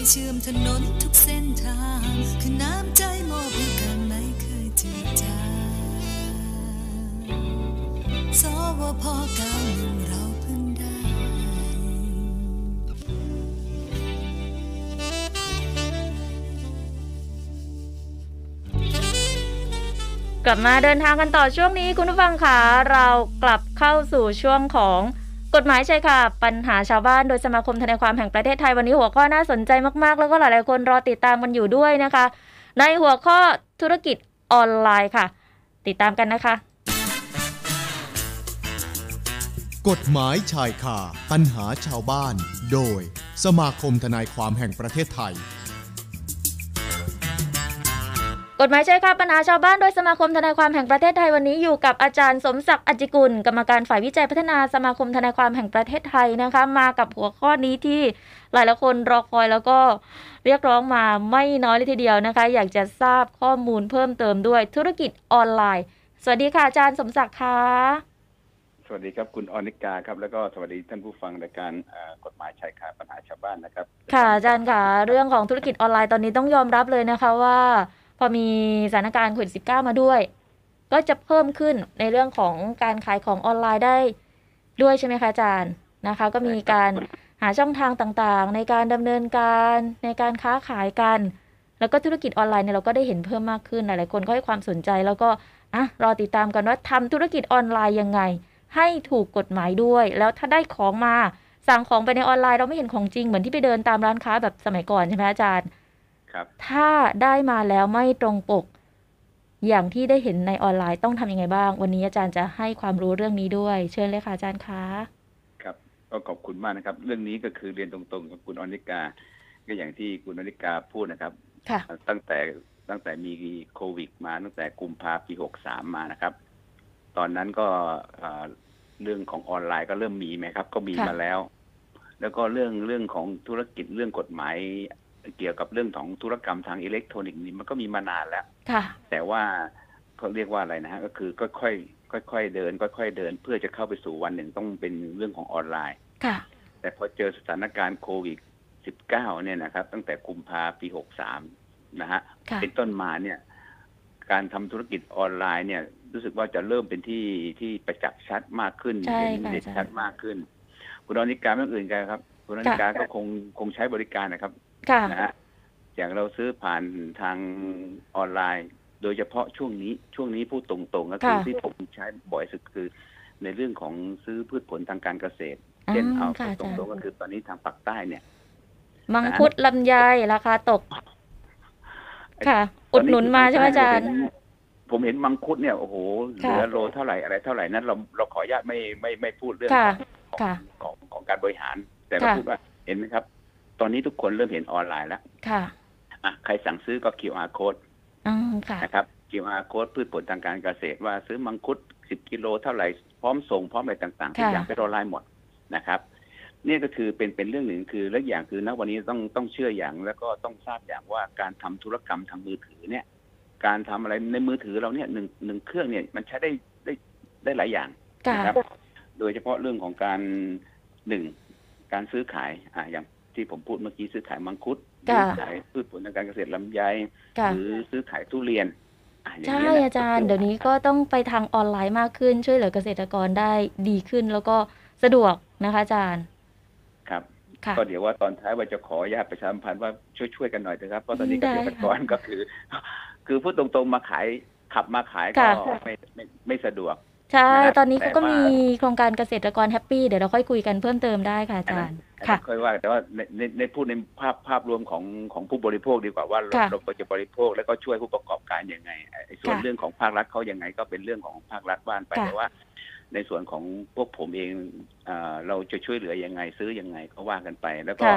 เชื่อมถนนทุกเส้นทางคือน้ำใจมอบให้กันไม่เคยจืดจางสวพ91เราเพิ่งได้กลับมาเดินทางกันต่อช่วงนี้คุณผู้ฟังค่ะเรากลับเข้าสู่ช่วงของกฎหมายชายคาปัญหาชาวบ้านโดยสมาคมทนายความแห่งประเทศไทยวันนี้หัวข้อน่าสนใจมากๆแล้วก็หลายๆคนรอติดตามกันอยู่ด้วยนะคะในหัวข้อธุรกิจออนไลน์ค่ะติดตามกันนะคะกฎหมายชายคาปัญหาชาวบ้านโดยสมาคมทนายความแห่งประเทศไทยกฎหมายชายคาปัญหาชาวบ้านโดยสมาคมทนายความแห่งประเทศไทยวันนี้อยู่กับอาจารย์สมศักดิ์อจจิกุลกรรมการฝ่ายวิจัยพัฒนาสมาคมทนายความแห่งประเทศไทยนะคะมากับหัวข้อนี้ที่หลายๆคนรอคอยแล้วก็เรียกร้องมาไม่น้อยเลยทีเดียวนะคะอยากจะทราบข้อมูลเพิ่มเติมด้วยธุรกิจออนไลน์สวัสดีค่ะอาจารย์สมศักดิ์ค่ะสวัสดีครับคุณอนิกาครับแล้วก็สวัสดีท่านผู้ฟังรายการกฎหมายชายคาปัญหาชาวบ้านนะครับค่ะอาจารย์ค่ะเรื่องของธุรกิจออนไลน์ตอนนี้ต้องยอมรับเลยนะคะว่าพอมีสถานการณ์โควิด-19 มาด้วยก็จะเพิ่มขึ้นในเรื่องของการขายของออนไลน์ได้ด้วยใช่ไหมคะอาจารย์นะคะก็มีการหาช่องทางต่างๆในการดำเนินการในการค้าขายกันแล้วก็ธุรกิจออนไลน์เนี่ยเราก็ได้เห็นเพิ่มมากขึ้นหลายๆคนก็ให้ความสนใจแล้วก็รอติดตามกันว่าทำธุรกิจออนไลน์ยังไงให้ถูกกฎหมายด้วยแล้วถ้าได้ของมาสั่งของไปในออนไลน์เราไม่เห็นของจริงเหมือนที่ไปเดินตามร้านค้าแบบสมัยก่อนใช่ไหมอาจารย์ถ้าได้มาแล้วไม่ตรงปกอย่างที่ได้เห็นในออนไลน์ต้องทำยังไงบ้างวันนี้อาจารย์จะให้ความรู้เรื่องนี้ด้วยเชิญเลยค่ะอาจารย์คะครับก็ขอบคุณมากนะครับเรื่องนี้ก็คือเรียนตรงๆกับคุณอนิกาก็อย่างที่คุณอนิกาพูดนะครับตั้งแต่มีโควิดมาตั้งแต่กุมภาพันธ์ปี63มานะครับตอนนั้นก็เรื่องของออนไลน์ก็เริ่มมีไหมครับก็มีมาแล้วก็เรื่องของธุรกิจเรื่องกฎหมายเกี่ยวกับเรื่องของธุรกรรมทางอิเล็กทรอนิกส์นี่มันก็มีมานานแล้วแต่ว่าเขาเรียกว่าอะไรนะฮะก็คือค่อยๆเดินค่อยๆเดินเพื่อจะเข้าไปสู่วันหนึ่งต้องเป็นเรื่องของออนไลน์แต่พอเจอสถานการณ์โควิด-19 เนี่ยนะครับตั้งแต่กุมภาพันธ์ปี63นะฮะเป็นต้นมาเนี่ยการทำธุรกิจออนไลน์เนี่ยรู้สึกว่าจะเริ่มเป็นที่ประจักษ์ชัดมากขึ้นเห็นเด่นชัดมากขึ้นคุณอนิกาไม่อื่นกันครับคุณอนิกาก็คงใช้บริการนะครับนะฮะอย่างเราซื้อผ่านทางออนไลน์โดยเฉพาะช่วงนี้พูดตรงๆก็คือที่ผมใช้บ่อยสุดคือในเรื่องของซื้อพืชผลทางการเกษตรเช่นเอาตรงๆก็คือตอนนี้ทางภาคใต้เนี่ยมังคุดลำไยราคาตกค่ะอุดหนุนมาใช่ไหมอาจารย์ผมเห็นมังคุดเนี่ยโอ้โหเหลือโลเท่าไหร่อะไรเท่าไหร่นั้นเราขออนุญาตไม่พูดเรื่องของการบริหารแต่เราพูดว่าเห็นไหมครับตอนนี้ทุกคนเริ่มเห็นออนไลน์แล้วใครสั่งซื้อก็ QR code นะครับ QR code พืชผลทางการเกษตรว่าซื้อมังคุด10 กิโลเท่าไหร่พร้อมส่งพร้อมอะไรต่างๆทุกอย่างเป็นออนไลน์หมดนะครับนี่ก็คือเป็นเรื่องหนึ่งคือและอย่างคือณวันนี้ต้องเชื่ออย่างแล้วก็ต้องทราบอย่างว่าการทำธุรกรรมทางมือถือเนี่ยการทำอะไรในมือถือเราเนี่ยหนึ่งเครื่องเนี่ยมันใช้ได้หลายอย่างนะครับโดยเฉพาะเรื่องของการซื้อขายอย่างที่ผมพูดเมื่อกี้ซื้อขายมังคุดซื้อขายพืชผลทางการเกษตรลำไยหรือซื้อขายทุเรียนใช่อาจารย์เดี๋ยวนี้ก็ต้องไปทางออนไลน์มากขึ้นช่วยเหลือเกษตรกรได้ดีขึ้นแล้วก็สะดวกนะคะอาจารย์ครับก็เดี๋ยวว่าตอนท้ายว่าจะขออนุญาตประชาสัมพันธ์ว่าช่วยกันหน่อยนะครับเพราะตอนนี้เกษตรกรก็คือพูดตรงๆมาขายขับมาขายก็ไม่สะดวกใช่ตอนนี้เขาก็มีโครงการเกษตรกรแฮปปี้เดี๋ยวเราค่อยคุยกันเพิ่มเติมได้ค่ะอาจารย์ค่อยว่าแต่ว่าในพูดในภาพรวมของผู้บริโภคดีกว่าว่าเราจะบริโภคแล้วก็ช่วยผู้ประกอบการยังไงส่วนเรื่องของภาครัฐเขายังไงก็เป็นเรื่องของภาครัฐบ้านไปแต่ว่าในส่วนของพวกผมเองเราจะช่วยเหลือยังไงซื้อยังไงก็ว่ากันไปแล้วก็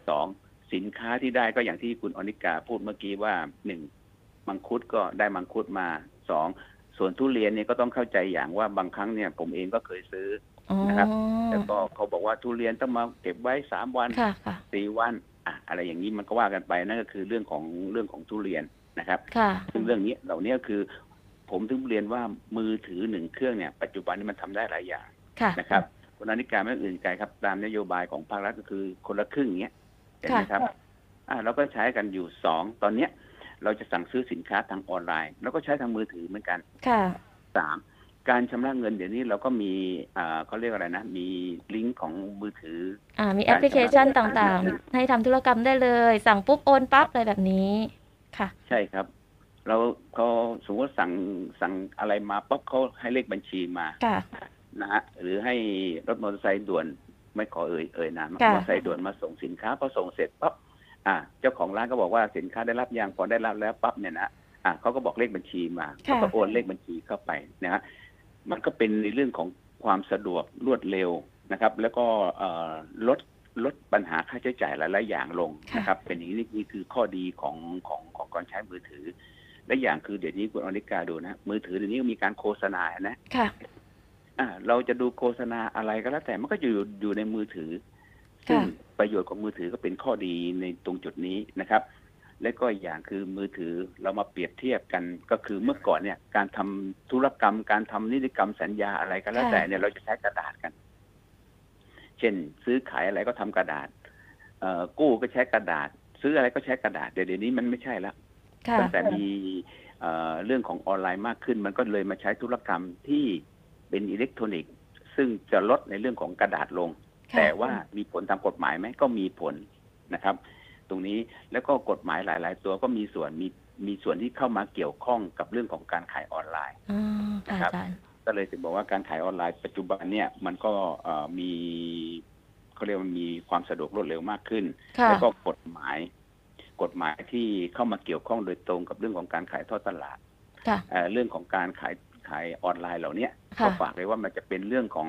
2สินค้าที่ได้ก็อย่างที่คุณอนิกาพูดเมื่อกี้ว่า1มังคุดก็ได้มังคุดมา2ส่วนทุเรียนเนี่ยก็ต้องเข้าใจอย่างว่าบางครั้งเนี่ยผมเองก็เคยซื้อนะครับแล้วก็เขาบอกว่าทุเรียนต้องมาเก็บไว้3 วัน4 วันอะไรอย่างนี้มันก็ว่ากันไปนั่นก็คือเรื่องของทุเรียนนะครับซึ่งเรื่องนี้เหล่านี้คือผมถึงเรียนว่ามือถือ1 เครื่องเนี่ยปัจจุบันนี้มันทำได้หลายอย่างนะครับคุณอนิกาไม่อื่นไกลครับตามนโยบายของภาครัฐก็คือคนละครึ่งเนี้ยเห็นไหมครับเราก็ใช้กันอยู่2ตอนเนี้ยเราจะสั่งซื้อสินค้าทางออนไลน์แล้วก็ใช้ทางมือถือเหมือนกันค่ะ 3การชำระเงินเดี๋ยวนี้เราก็มีเขาเรียกอะไรนะมีลิงก์ของมือถือมีแอปพลิเคชันต่างๆให้ทำธุรกรรมได้เลยสั่งปุ๊บโอนปั๊บอะไรแบบนี้ค่ะใช่ครับเขาสมมติสั่งอะไรมาปั๊บเขาให้เลขบัญชีมานะฮะหรือให้รถมอเตอร์ไซค์ด่วนไม่ขอเอ่ยนามมอเตอร์ไซค์ด่วนมาส่งสินค้าพอส่งเสร็จปั๊บเจ้าของร้านก็บอกว่าสินค้าได้รับยังพอได้รับแล้วปั๊บเนี่ยนะเขาก็บอกเลขบัญชีมาเขาก็โอนเลขบัญชีเข้าไปนะฮะมันก็เป็นในเรื่องของความสะดวกรวดเร็วนะครับแล้วก็ลดปัญหาค่าใช้จ่ายหลายๆอย่างลงนะครับเป็นอย่างนี้นี่คือข้อดีของการใช้มือถือและอย่างคือเดี๋ยวนี้คุณอนิกาดูนะมือถือเดี๋ยวนี้มีการโฆษณานะเราจะดูโฆษณาอะไรก็แล้วแต่มันก็อยู่ในมือถือซึ่งประโยชน์ของมือถือก็เป็นข้อดีในตรงจุดนี้นะครับและก็อย่างคือมือถือเรามาเปรียบเทียบกันก็คือเมื่อก่อนเนี่ยการทำธุรกรรมการทำนิติกรรมสัญญาอะไรก็แล้วแต่เนี่ยเราจะใช้กระดาษกันเช่นซื้อขายอะไรก็ทำกระดาษกู้ก็ใช้กระดาษซื้ออะไรก็ใช้กระดาษเดี๋ยวนี้มันไม่ใช่แล้วตั้งแต่มีเรื่องของออนไลน์มากขึ้นมันก็เลยมาใช้ธุรกรรมที่เป็นอิเล็กทรอนิกส์ซึ่งจะลดในเรื่องของกระดาษลงแต่ว่ามีผลตามกฎหมายไหมก็มีผลนะครับตรงนี้แล้วก็กฎหมายหลายๆตัวก็มีส่วนที่เข้ามาเกี่ยวข้องกับเรื่องของการขายออนไลน์นะครับก็เลยถึงบอกว่าการขายออนไลน์ปัจจุบันเนี่ยมันก็มีเขาเรียกว่ามีความสะดวกรวดเร็วมากขึ้นแล้วก็กฎหมายที่เข้ามาเกี่ยวข้องโดยตรงกับเรื่องของการขายทอดตลาดเรื่องของการขายออนไลน์เหล่านี้ก็ฝากเลยว่ามันจะเป็นเรื่องของ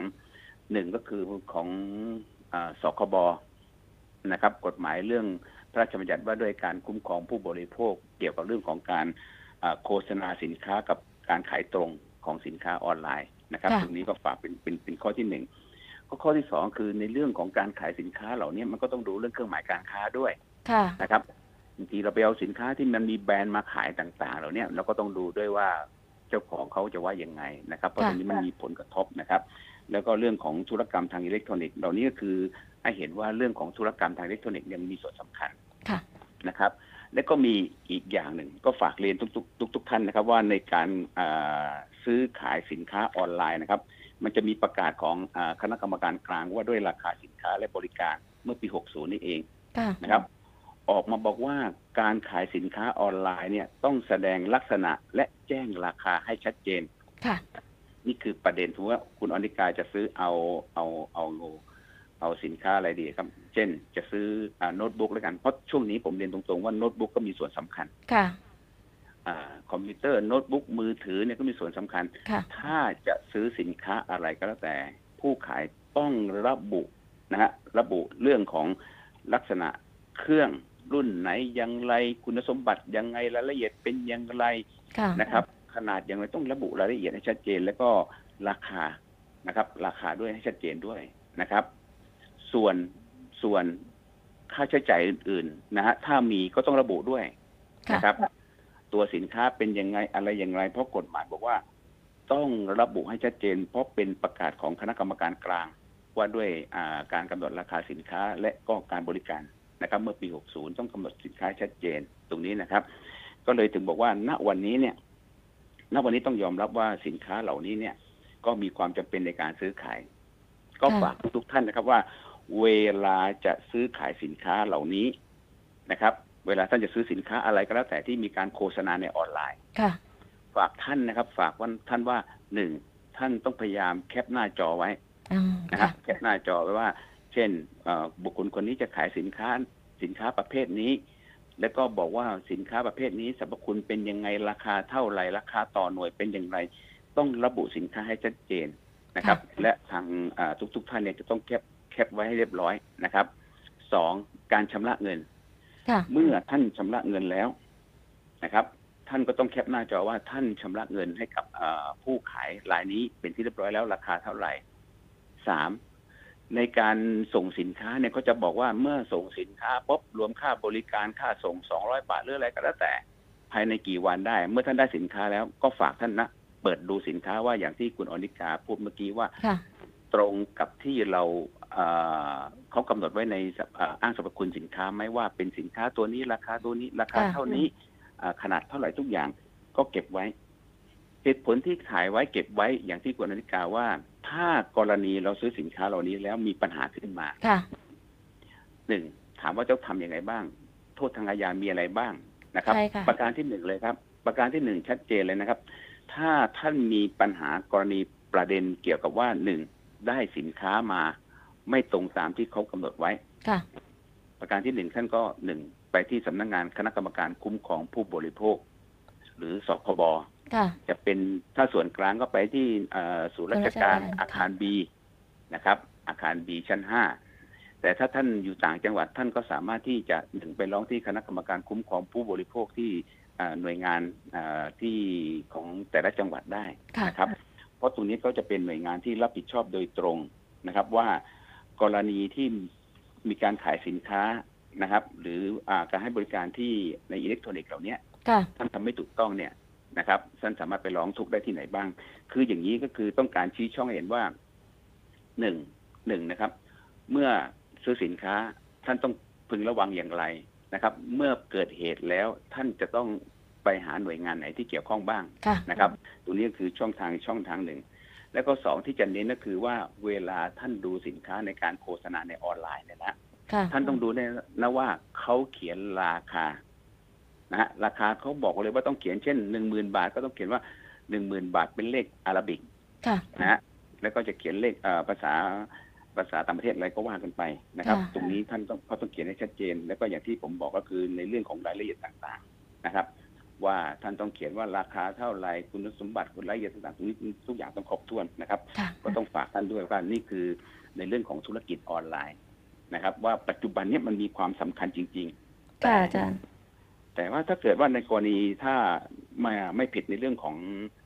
1ก็คือของสคบนะครับกฎหมายเรื่องพระราชบัญญัติว่าด้วยการคุ้มครองผู้บริโภคเกี่ยวกับเรื่องของการโฆษณาสินค้ากับการขายตรงของสินค้าออนไลน์นะครับตรงนี้ก็ฝากเป็นข้อที่1ข้อที่2คือในเรื่องของการขายสินค้าเหล่านี้มันก็ต้องดูเรื่องเครื่องหมายการค้าด้วยนะครับบางทีเราไปเอาสินค้าที่มันมีแบรนด์มาขายต่างๆเหล่านี้เราก็ต้องดูด้วยว่าเจ้าของเขาจะว่ายังไงนะครับเพราะตรงนี้มันมีผลกระทบนะครับแล้วก็เรื่องของธุรกรรมทางอิเล็กทรอนิกส์เหล่านี้ก็คือให้เห็นว่าเรื่องของธุรกรรมทางอิเล็กทรอนิกส์ยังมีส่วนสำคัญนะครับและก็มีอีกอย่างหนึ่งก็ฝากเรียนทุกท่านนะครับว่าในการซื้อขายสินค้าออนไลน์นะครับมันจะมีประกาศของคณะกรรมการกลางว่าด้วยราคาสินค้าและบริการเมื่อปี60นี่เองนะครับออกมาบอกว่าการขายสินค้าออนไลน์เนี่ยต้องแสดงลักษณะและแจ้งราคาให้ชัดเจนนี่คือประเด็นถือว่าคุณอนิกาจะซื้อเอาสินค้าอะไรดีครับเช่นจะซื้อโน้ตบุ๊กแล้วกันเพราะช่วงนี้ผมเรียนตรงๆว่าโน้ตบุ๊กก็มีส่วนสำคัญคอมพิวเตอร์โน้ตบุ๊กมือถือเนี่ยก็มีส่วนสำคัญถ้าจะซื้อสินค้าอะไรก็แล้วแต่ผู้ขายต้องระบุนะฮะระบุเรื่องของลักษณะเครื่องรุ่นไหนอย่างไรคุณสมบัติยังไงรายละเอียดเป็นอย่างไรนะครับขนาดอย่างไรต้องระบุรายละเอียดให้ชัดเจนแล้วก็ราคานะครับราคาด้วยให้ชัดเจนด้วยนะครับส่วนค่าใช้จ่ายอื่นๆนะฮะถ้ามีก็ต้องระบุด้วยนะครับตัวสินค้าเป็นยังไงอะไรอย่างไรเพราะกฎหมายบอกว่าต้องระบุให้ชัดเจนเพราะเป็นประกาศของคณะกรรมการกลางว่าด้วยการกำหนดราคาสินค้าและก็การบริการนะครับเมื่อปี60ต้องกำหนดสินค้าชัดเจนตรงนี้นะครับก็เลยถึงบอกว่าณวันนี้ต้องยอมรับว่าสินค้าเหล่านี้เนี่ยก็มีความจำเป็นในการซื้อขายก็ฝากทุกท่านนะครับว่าเวลาจะซื้อขายสินค้าเหล่านี้นะครับเวลาท่านจะซื้อสินค้าอะไรก็แล้วแต่ที่มีการโฆษณาในออนไลน์ฝากท่านนะครับฝากว่าท่านว่า1ท่านต้องพยายามแคปหน้าจอไว้นะครับแคปหน้าจอไว้ว่าเช่นบุคคลคนนี้จะขายสินค้าประเภทนี้แล้วก็บอกว่าสินค้าประเภทนี้สรรพคุณเป็นยังไงราคาเท่าไหร่ราคาต่อหน่วยเป็นอย่างไรต้องระบุสินค้าให้ชัดเจนนะครับและทางทุกท่านเนี่ยจะต้องแคปไว้ให้เรียบร้อยนะครับ2การชำระเงินเมื่อท่านชำระเงินแล้วนะครับท่านก็ต้องแคปหน้าจอว่าท่านชำระเงินให้กับผู้ขายรายนี้เป็นที่เรียบร้อยแล้วราคาเท่าไหร่3ในการส่งสินค้าเนี่ยก็จะบอกว่าเมื่อส่งสินค้าปุ๊บรวมค่าบริการค่าส่ง200 บาทหรืออะไรก็แล้วแต่ภายในกี่วันได้เมื่อท่านได้สินค้าแล้วก็ฝากท่านนะเปิดดูสินค้าว่าอย่างที่คุณอนิกาพูดเมื่อกี้ว่าตรงกับที่เราเขากำหนดไว้ในอ้างสรรพคุณสินค้าไหมว่าเป็นสินค้าตัวนี้ราคาตัวนี้ราคาเท่านี้ขนาดเท่าไหร่ทุกอย่างก็เก็บไว้เหตุผลที่ถ่ายไว้เก็บไว้อย่างที่คุณอนิกาว่าถ้ากรณีเราซื้อสินค้าเหล่านี้แล้วมีปัญหาขึ้นมาหนึ่งถามว่าเจ้าทำยังไงบ้างโทษทางอาญามีอะไรบ้างนะครับประการที่หนึ่งเลยครับประการที่หนึ่งชัดเจนเลยนะครับถ้าท่านมีปัญหากรณีประเด็นเกี่ยวกับว่าหนึ่งได้สินค้ามาไม่ตรงตามที่เขากำหนดไว้ประการที่หนึ่งท่านก็หนึ่งไปที่สำนักงานคณะกรรมการคุ้มครองผู้บริโภคหรือสคบจะเป็นถ้าส่วนกลางก็ไปที่ศูนย์ราชการอาคาร B นะครับอาคาร B ชั้น5แต่ถ้าท่านอยู่ต่างจังหวัดท่านก็สามารถที่จะหนึ่งไปร้องที่คณะกรรมการคุ้มครองผู้บริโภคที่หน่วยงานที่ของแต่ละจังหวัดได้นะครับเพราะตรงนี้ก็จะเป็นหน่วยงานที่รับผิดชอบโดยตรงนะครับว่ากรณีที่มีการขายสินค้านะครับหรือการให้บริการที่ในอิเล็กทรอนิกส์เหล่านี้ท่านทำไม่ถูกต้องเนี่ยนะครับท่านสามารถไปร้องทุกข์ได้ที่ไหนบ้างคืออย่างนี้ก็คือต้องการชี้ช่องเห็นว่าหนึ่งนะครับเมื่อซื้อสินค้าท่านต้องพึงระวังอย่างไรนะครับเมื่อเกิดเหตุแล้วท่านจะต้องไปหาหน่วยงานไหนที่เกี่ยวข้องบ้างนะครับตัวนี้คือช่องทางหนึ่งแล้วก็สองที่จะเน้นก็คือว่าเวลาท่านดูสินค้าในการโฆษณาในออนไลน์เนี่ยนะท่านต้องดูนะว่าเขาเขียนราคานะฮะราคาเขาบอกเลยว่าต้องเขียนเช่น 10,000 บาทก็ต้องเขียนว่า 10,000 บาทเป็นเลขอาราบิกนะฮะแล้วก็จะเขียนเลขภาษาต่างประเทศอะไรก็ว่ากันไปนะครับตรงนี้ท่านต้องเขียนให้ชัดเจนแล้วก็อย่างที่ผมบอกก็คือในเรื่องของรายละเอียดต่างๆนะครับว่าท่านต้องเขียนว่าราคาเท่าไรคุณสมบัติคุณรายละเอียดต่างๆตรงนี้ทุกอย่างต้องครบถ้วนนะครับก็ต้องฝากท่านด้วยว่านี่คือในเรื่องของธุรกิจออนไลน์นะครับว่าปัจจุบันนี้มันมีความสำคัญจริงๆแต่ว่าถ้าเกิดว่าในกรณีถ้าไม่ผิดในเรื่องของ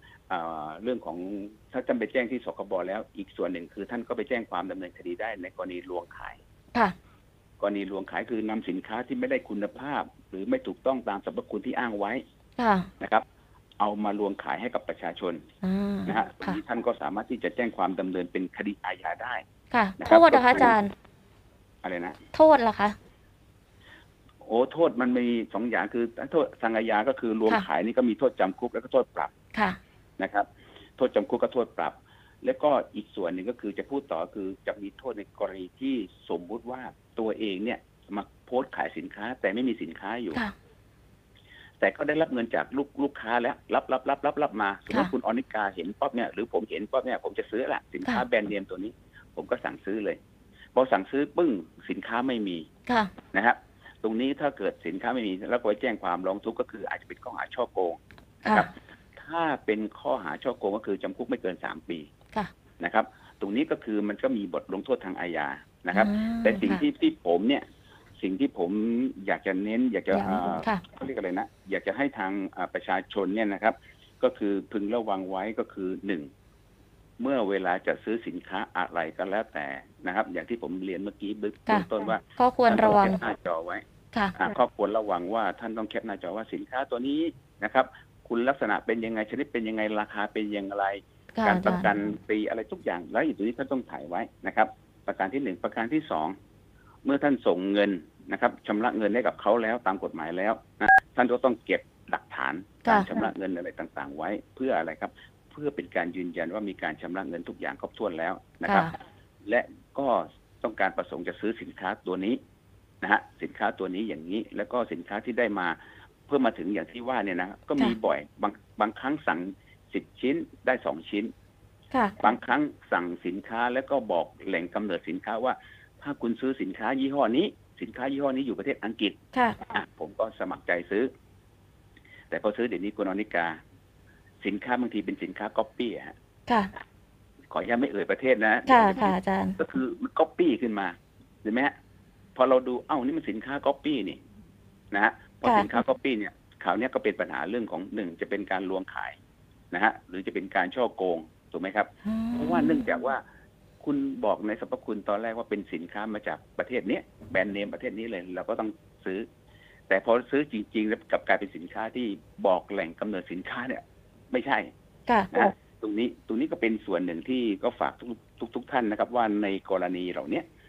ถ้าท่านไปแจ้งที่สคบแล้วอีกส่วนหนึ่งคือท่านก็ไปแจ้งความดำเนินคดีได้ในกรณีลวงขายกรณีลวงขายคือนำสินค้าที่ไม่ได้คุณภาพหรือไม่ถูกต้องตามสรรพคุณที่อ้างไว้นะครับเอามาลวงขายให้กับประชาชนนะฮะตรงนี้ท่านก็สามารถที่จะแจ้งความดำเนินเป็นคดีอาญาได้โทษนะคะอาจารย์อะไรนะโทษล่ะคะโอ้โทษมันมีสองอย่างคือโทษทางอาญาก็คือลวงขายนี่ก็มีโทษจำคุกแล้วก็โทษปรับนะครับโทษจำคุกก็โทษปรับแล้วก็อีกส่วนหนึ่งก็คือจะพูดต่อคือจะมีโทษในกรณีที่สมมุติว่าตัวเองเนี่ยมาโพสต์ขายสินค้าแต่ไม่มีสินค้าอยู่แต่ก็ได้รับเงินจากลูกค้าแล้วรับมาสมมติคุณอนิกาเห็นป๊อบเนี่ยหรือผมเห็นป๊อบเนี่ยผมจะซื้อละสินค้าแบรนด์เนมตัวนี้ผมก็สั่งซื้อเลยพอสั่งซื้อปึ้งสินค้าไม่มีนะครับตรงนี้ถ้าเกิดสินค้าไม่มีแล้วก็ไปแจ้งความร้องทุกข์ก็คืออาจจะเป็นข้อหาฉ้อโกงนะครับถ้าเป็นข้อหาฉ้อโกงก็คือจำคุกไม่เกิน3 ปีนะครับตรงนี้ก็คือมันก็มีบทลงโทษทางอาญานะครับแต่สิ่งที่ผมเนี่ยสิ่งที่ผมอยากจะเน้นอยากจะเขาเรียกอะไรนะอยากจะให้ทางประชาชนเนี่ยนะครับก็คือพึงระวังไว้ก็คือ1เมื่อเวลาจะซื้อสินค้าอะไรก็แล้วแต่นะครับอย่างที่ผมเรียนเมื่อกี้เบื้องต้นว่าข้อควรระวังหน้าจอไว้ข้อควรระวังว่าท่านต้องแคปหน้าจอว่าสินค้าตัวนี้นะครับคุณลักษณะเป็นยังไงชนิดเป็นยังไงราคาเป็นยังไงการประกันปีอะไรทุกอย่างแล้วอยู่ตรงนี้ท่านต้องถ่ายไว้นะครับประการที่1ประการที่2เมื่อท่านส่งเงินนะครับชำระเงินให้กับเขาแล้วตามกฎหมายแล้วนะท่านก็ต้องเก็บหลักฐานการชำระเงินอะไรต่างๆไว้เพื่ออะไรครับเพื่อเป็นการยืนยันว่ามีการชำระเงินทุกอย่างครบถ้วนแล้วนะครับและก็ต้องการประสงค์จะซื้อสินค้าตัวนี้นะฮะสินค้าตัวนี้อย่างนี้แล้วก็สินค้าที่ได้มาเพื่อมาถึงอย่างที่ว่าเนี่ยนะก็มีบ่อยบางครั้งสั่ง10 ชิ้นได้2 ชิ้นบางครั้งสั่งสินค้าแล้วก็บอกแหล่งกำเนิดสินค้าว่าถ้าคุณซื้อสินค้ายี่ห้อนี้สินค้ายี่ห้อนี้อยู่ประเทศอังกฤษผมก็สมัครใจซื้อแต่พอซื้อเดี๋ยวนี้คุณอนิกาสินค้าบางทีเป็นสินค้าก๊อปปี้ฮะขออนุญาตไม่เอ่ยประเทศนะอาจารย์ก็คือมันก๊อปปี้ขึ้นมาเห็นไหมฮะพอเราดูนี่มันสินค้าก๊อปปี้นี่นะฮะพอสินค้าก๊อปปี้เนี่ยข่าวนี้ก็เป็นปัญหาเรื่องของ1จะเป็นการลวงขายนะฮะหรือจะเป็นการฉ้อโกงถูกไหมครับเพราะว่าเนื่องจากว่าคุณบอกในสรรพคุณตอนแรกว่าเป็นสินค้ามาจากประเทศนี้แบรนด์เนมประเทศนี้เลยเราก็ต้องซื้อแต่พอซื้อจริงๆแล้วกลับกลายเป็นสินค้าที่บอกแหล่งกำเนิดสินค้าเนี่ยไม่ใช่นะตรงนี้ก็เป็นส่วนหนึ่งที่ก็ฝากทุกท่านนะครับว่าในกรณีเหล่านี้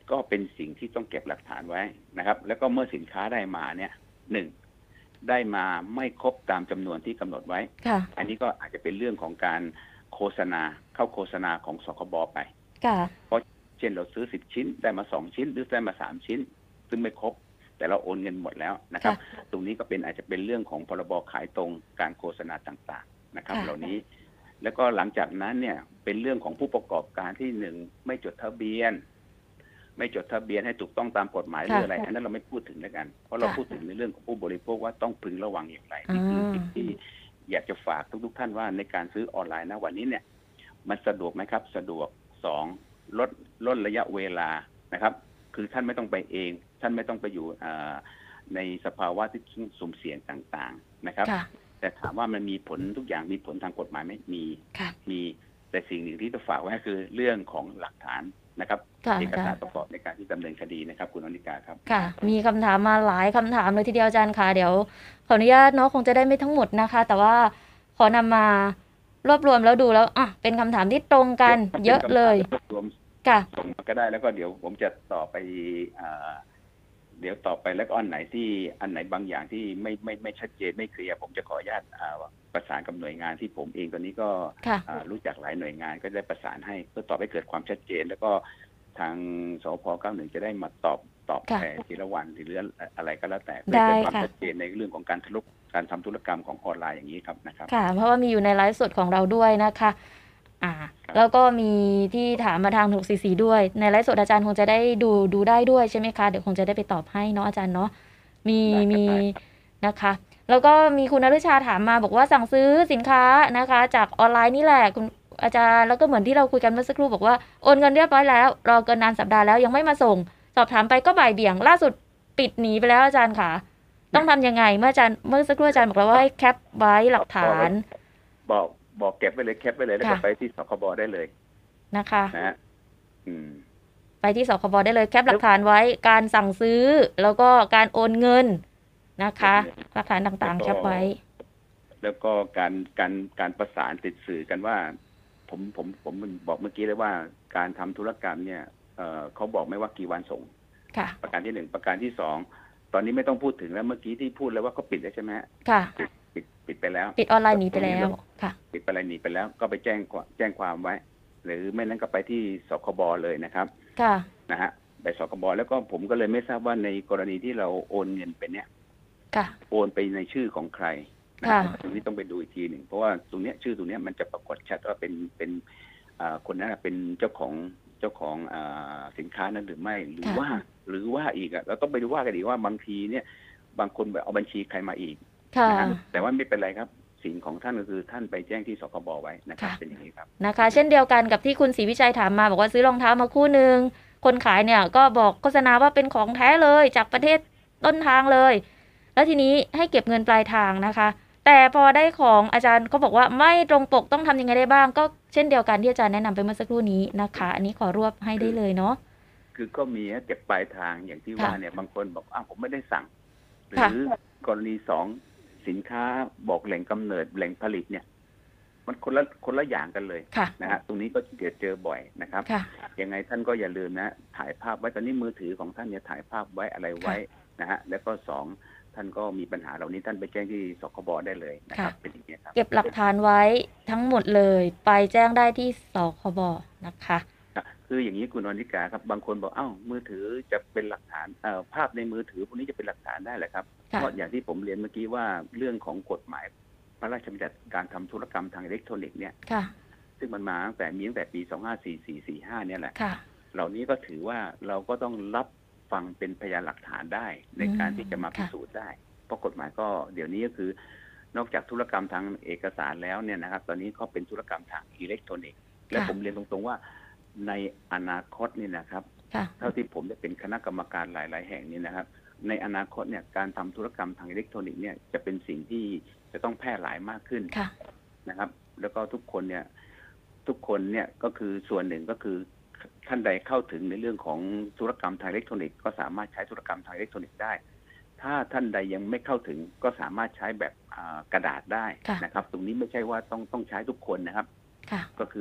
ก็เป็นสิ่งที่ต้องเก็บหลักฐานไว้นะครับแล้วก็เมื่อสินค้าได้มาเนี่ย1ได้มาไม่ครบตามจำนวนที่กำหนดไว้อันนี้ก็อาจจะเป็นเรื่องของการโฆษณาเข้าโฆษณาของสคบไปเพราะเช่นเราซื้อ10ชิ้นได้มา2ชิ้นหรือได้มา3ชิ้นซึ่งไม่ครบแต่เราโอนเงินหมดแล้วนะครับตรงนี้ก็เป็นอาจจะเป็นเรื่องของพรบขายตรงการโฆษณาต่างๆนะครับเหล่านี้แล้วก็หลังจากนั้นเนี่ยเป็นเรื่องของผู้ประกอบการที่ไม่จดทะเบียนให้ถูกต้องตามกฎหมายหรืออะไรอันนั้นเราไม่พูดถึงแล้วกันเพราะเราพูดถึงในเรื่องของผู้บริโภคว่าต้องพึงระวังอย่างไรนี่คือสิ่งที่อยากจะฝากทุกท่านว่าในการซื้อออนไลน์นะวันนี้เนี่ยมันสะดวกไหมครับสะดวก2ลดระยะเวลานะครับคือท่านไม่ต้องไปเองท่านไม่ต้องไปอยู่ในสภาวะที่สุ่มเสี่ยงต่างๆนะครับแต่ถามว่ามันมีผลทุกอย่างมีผลทางกฎหมายไหมมีแต่สิ่งหนึ่งที่จะฝากไว้คือเรื่องของหลักฐานนะครับเอกสารประกอบในการที่ดำเนินคดีนะครับคุณอนิกาครับค่ะมีคำถามมาหลายคำถามเลยทีเดียวอาจารย์ค่ะเดี๋ยวขออนุญาตเนาะคงจะได้ไม่ทั้งหมดนะคะแต่ว่าขอนำมารวบรวมแล้วดูแล้วเป็นคำถามที่ตรงกันเยอะเลยค่ะส่งมาก็ได้แล้วก็เดี๋ยวผมจะต่อไปแล้วก็อันไหนบางอย่างที่ไม่ชัดเจนไม่เคลียร์ผมจะขออนุญาตประสานกับหน่วยงานที่ผมเองตอนนี้ก็รู้จักหลายหน่วยงานก็ได้ประสานให้เพื่อตอบให้เกิดความชัดเจนแล้วก็ทางสพ91จะได้มาตอบแทนทีละวันทีละอะไรก็แล้วแต่เพื่อเกิดความชัดเจนในเรื่องของการทำธุรกรรมของออนไลน์อย่างนี้ครับนะครับค่ะเพราะว่ามีอยู่ในไลฟ์สดของเราด้วยนะคะแล้วก็มีที่ถามมาทาง644ด้วยในไลฟ์สดอาจารย์คงจะได้ดูได้ด้วยใช่ไหมคะเดี๋ยวคงจะได้ไปตอบให้เนาะอาจารย์เนาะมีนะคะแล้วก็มีคุณนฤชาถามมาบอกว่าสั่งซื้อสินค้านะคะจากออนไลน์นี่แหละคุณอาจารย์แล้วก็เหมือนที่เราคุยกันเมื่อสักครู่บอกว่าโอนเงินเรียบร้อยแล้วรอเกินนานสัปดาห์แล้วยังไม่มาส่งสอบถามไปก็บ่ายเบี่ยงล่าสุดปิดหนีไปแล้วอาจารย์ค่ะต้องทำยังไงเมื่อสักครู่อาจารย์บอกแล้วว่าให้แคปไว้หลักฐานบอกเก็บไว้เลยแคปไว้เลยแล้วก็ไปที่สคบได้เลยนะคะไปที่สคบได้เลยแคปหลักฐานไว้การสั่งซื้อแล้วก็การโอนเงินนะคะหลักฐานต่างๆแคปไว้แล้วก็การประสานติดสื่อกันว่าผมบอกเมื่อกี้เลยว่าการทำธุรกรรมเนี่ยเขาบอกไม่ว่ากี่วันส่งประการที่1ประการที่2ตอนนี้ไม่ต้องพูดถึงแล้วเมื่อกี้ที่พูดแล้วว่าเขาปิดแล้วใช่ไหมค่ะปิดไปแล้วปิดออนไลน์หนีไปแล้วค่ะปิดออนไลน์หนีไปแล้วก็ไปแจ้งความไว้หรือไม่นั้นก็ไปที่สคบเลยนะครับค่ะนะฮะไปสคบแล้วก็ผมก็เลยไม่ทราบว่าในกรณีที่เราโอนเงินไปเนี่ยโอนไปในชื่อของใครตรงนี้ต้องไปดูอีกทีหนึ่งเพราะว่าตรงนี้ชื่อตรงนี้มันจะปรากฏชัดว่าเป็นคนนั้นเป็นเจ้าของสินค้านั้นหรือไม่หรือว่าอีกเราต้องไปดูว่ากันดีว่าบางทีเนี่ยบางคนเอาบัญชีใครมาอีกแต่ว่าไม่เป็นไรครับสิ่งของท่านก็คือท่านไปแจ้งที่สคบไว้นะครับเป็นอย่างนี้ครับนะคะเช่นเดียวกันกับที่คุณศรีวิชัยถามมาบอกว่าซื้อรองเท้ามาคู่นึงคนขายเนี่ยก็บอกโฆษณาว่าเป็นของแท้เลยจากประเทศต้นทางเลยแล้วทีนี้ให้เก็บเงินปลายทางนะคะแต่พอได้ของอาจารย์ก็บอกว่าไม่ตรงปกต้องทำยังไงได้บ้างก็เช่นเดียวกันที่อาจารย์แนะนำไปเมื่อสักครู่นี้นะคะอันนี้ขอรวบให้ได้เลยเนาะคือก็มีเก็บปลายทางอย่างที่ว่าเนี่ยบางคนบอกผมไม่ได้สั่งหรือกรณี2สินค้าบอกแหล่งกำเนิดแหล่งผลิตเนี่ยมันคนละอย่างกันเลยนะฮะตรงนี้ก็เจอบ่อยนะครับยังไงท่านก็อย่าลืมนะถ่ายภาพไว้ตอนนี้มือถือของท่านเนี่ยถ่ายภาพไว้อะไรไว้นะฮะแล้วก็2ท่านก็มีปัญหาเหล่านี้ท่านไปแจ้งที่สคบได้เลยนะครับเป็นอย่างนี้ครับเก็บหลักฐานไว้ทั้งหมดเลยไปแจ้งได้ที่สคบนะคะคืออย่างนี้คุณอนิกาครับบางคนบอกมือถือจะเป็นหลักฐานภาพในมือถือพวกนี้จะเป็นหลักฐานได้แหละครับเพราะอย่างที่ผมเรียนเมื่อกี้ว่าเรื่องของกฎหมายพระราชบัญญัติการทำธุรกรรมทางอิเล็กทรอนิกส์เนี่ยซึ่งมันมาตั้งแต่ปี2544-45เนี่ยแหละเหล่านี้ก็ถือว่าเราก็ต้องรับฟังเป็นพยานหลักฐานได้ในการที่จะมาพิสูจน์ได้เพราะกฎหมายก็เดี๋ยวนี้ก็คือนอกจากธุรกรรมทางเอกสารแล้วเนี่ยนะครับตอนนี้เขาเป็นธุรกรรมทางอิเล็กทรอนิกส์และผมเรียนตรงๆว่าในอนาคตนี่นะครับเท่าที่ผมได้เป็นคณะกรรมการหลายๆแห่งนี้นะครับในอนาคตเนี่ยการทำธุรกรรมทางอิเล็กทรอนิกส์เนี่ยจะเป็นสิ่งที่จะต้องแพร่หลายมากขึ้นนะครับแล้วก็ทุกคนเนี่ยก็คือส่วนหนึ่งก็คือท่านใดเข้าถึงในเรื่องของธุรกรรมทางอิเล็กทรอนิกส์ก็สามารถใช้ธุรกรรมทางอิเล็กทรอนิกส์ได้ถ้าท่านใดยังไม่เข้าถึงก็สามารถใช้แบบกระดาษได้นะครับตรงนี้ไม่ใช่ว่าต้องใช้ทุกคนนะครับก็คือ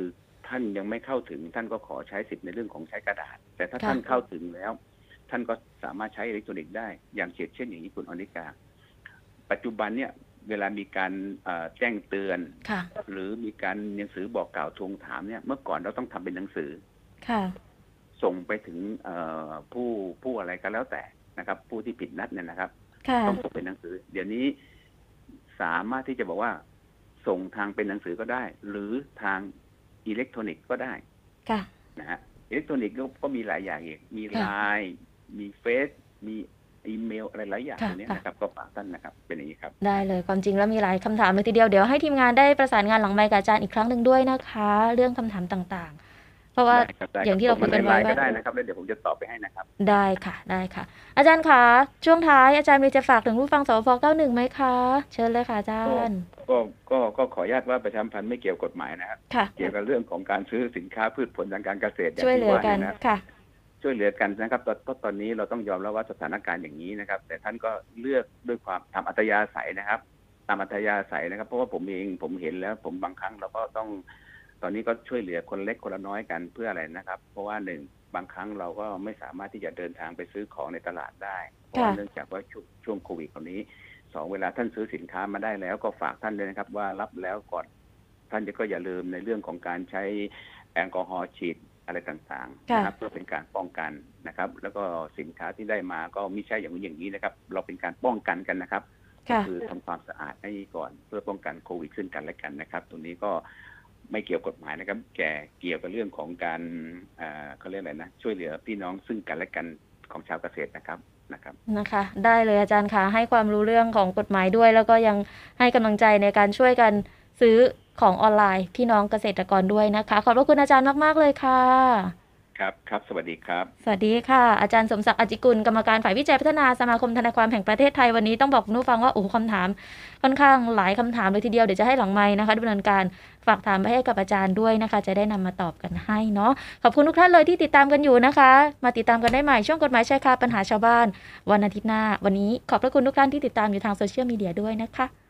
ท่านยังไม่เข้าถึงท่านก็ขอใช้สิทธิ์ในเรื่องของใช้กระดาษแต่ถ้าท่านเข้าถึงแล้วท่านก็สามารถใช้อิเล็กทรอนิกส์ได้อย่างเช่นอย่างนี้คุณอนิกาปัจจุบันเนี่ยเวลามีการแจ้งเตือนหรือมีการหนังสือบอกกล่าวทวงถามเนี่ยเมื่อก่อนเราต้องทำเป็นหนังสือส่งไปถึงผู้อะไรก็แล้วแต่นะครับผู้ที่ผิดนัดเนี่ยนะครับต้องส่งเป็นหนังสือเดี๋ยวนี้สามารถที่จะบอกว่าส่งทางเป็นหนังสือก็ได้หรือทางอิเล็กทรอนิกส์ก็ได้นะฮะอิเล็กทรอนิกส์ก็มีหลายอย่างอีกมีไลน์มีเฟซมีอีเมลอะไรหลายอย่างตรงนี้นะครับก็ฝากท่านนะครับเป็นอย่างนี้ครับได้เลยความจริงแล้วมีหลายคำถามเลยทีเดียวเดี๋ยวให้ทีมงานได้ประสานงานหลังไมค์กับอาจารย์อีกครั้งหนึ่งด้วยนะคะเรื่องคำถามต่างๆเพราะว่าอย่างที่เราคุยกันไว้ก็ได้นะครับแล้วเดี๋ยวผมจะตอบไปให้นะครับได้ค่ะได้ค่ะอาจารย์คะช่วงท้ายอาจารย์มีจะฝากถึงผู้ฟังสวพ91ไหมคะเชิญเลยค่ะอาจารย์ก็ขออนุญาตว่าประชาสัมพันธ์ไม่เกี่ยวกฎหมายนะครับเกี่ยวกับเรื่องของการซื้อสินค้าพืชผลทางการเกษตรช่วยเหลือกันค่ะช่วยเหลือกันนะครับตอนนี้เราต้องยอมรับว่าสถานการณ์อย่างนี้นะครับแต่ท่านก็เลือกด้วยความตามอัธยาศัยนะครับตามอัธยาศัยนะครับเพราะว่าผมเห็นแล้วผมบางครั้งเราก็ต้องตอนนี้ก็ช่วยเหลือคนเล็กคนละน้อยกันเพื่ออะไรนะครับเพราะว่าหนึ่งบางครั้งเราก็ไม่สามารถที่จะเดินทางไปซื้อของในตลาดได้เพราะเนื่องจากว่าช่วงโควิดตอนนี้2เวลาท่านซื้อสินค้ามาได้แล้วก็ฝากท่านด้วยนะครับว่ารับแล้วก่อนท่านก็อย่าลืมในเรื่องของการใช้แอลกอฮอล์ฉีดอะไรต่างๆนะครับเพื่อเป็นการป้องกันนะครับแล้วก็สินค้าที่ได้มาก็ไม่ใช่อย่างนี้นะครับเราเป็นการป้องกันกันนะครับก็คือทำความสะอาดให้ก่อนเพื่อป้องกันโควิดขึ้นกันและกันนะครับตรงนี้ก็ไม่เกี่ยวกฎหมายนะครับเกี่ยวกับเรื่องของการเขาเรียกอะไรนะช่วยเหลือพี่น้องซึ่งกันและกันของชาวเกษตรนะครับนะคะได้เลยอาจารย์คะให้ความรู้เรื่องของกฎหมายด้วยแล้วก็ยังให้กำลังใจในการช่วยกันซื้อของออนไลน์พี่น้องเกษตรกรด้วยนะคะขอบพระคุณอาจารย์มากๆเลยค่ะครับสวัสดีครับสวัสดีค่ะอาจารย์สมศักดิ์อจิกุลกรรมการฝ่ายวิจัยพัฒนาสมาคมทนายความแห่งประเทศไทยวันนี้ต้องบอกคุณผู้ฟังว่าโอ้คำถามค่อนข้างหลายคำถามเลยทีเดียวเดี๋ยวจะให้หลังไมค์นะคะดำเนินการฝากถามไปให้กับอาจารย์ด้วยนะคะจะได้นำมาตอบกันให้เนาะขอบคุณทุกท่านเลยที่ติดตามกันอยู่นะคะมาติดตามกันได้ใหม่ช่วงกฎหมายชายคาปัญหาชาวบ้านวันอาทิตย์หน้าวันนี้ขอบพระคุณทุกท่านที่ติดตามอยู่ทางโซเชียลมีเดียด้วยนะคะ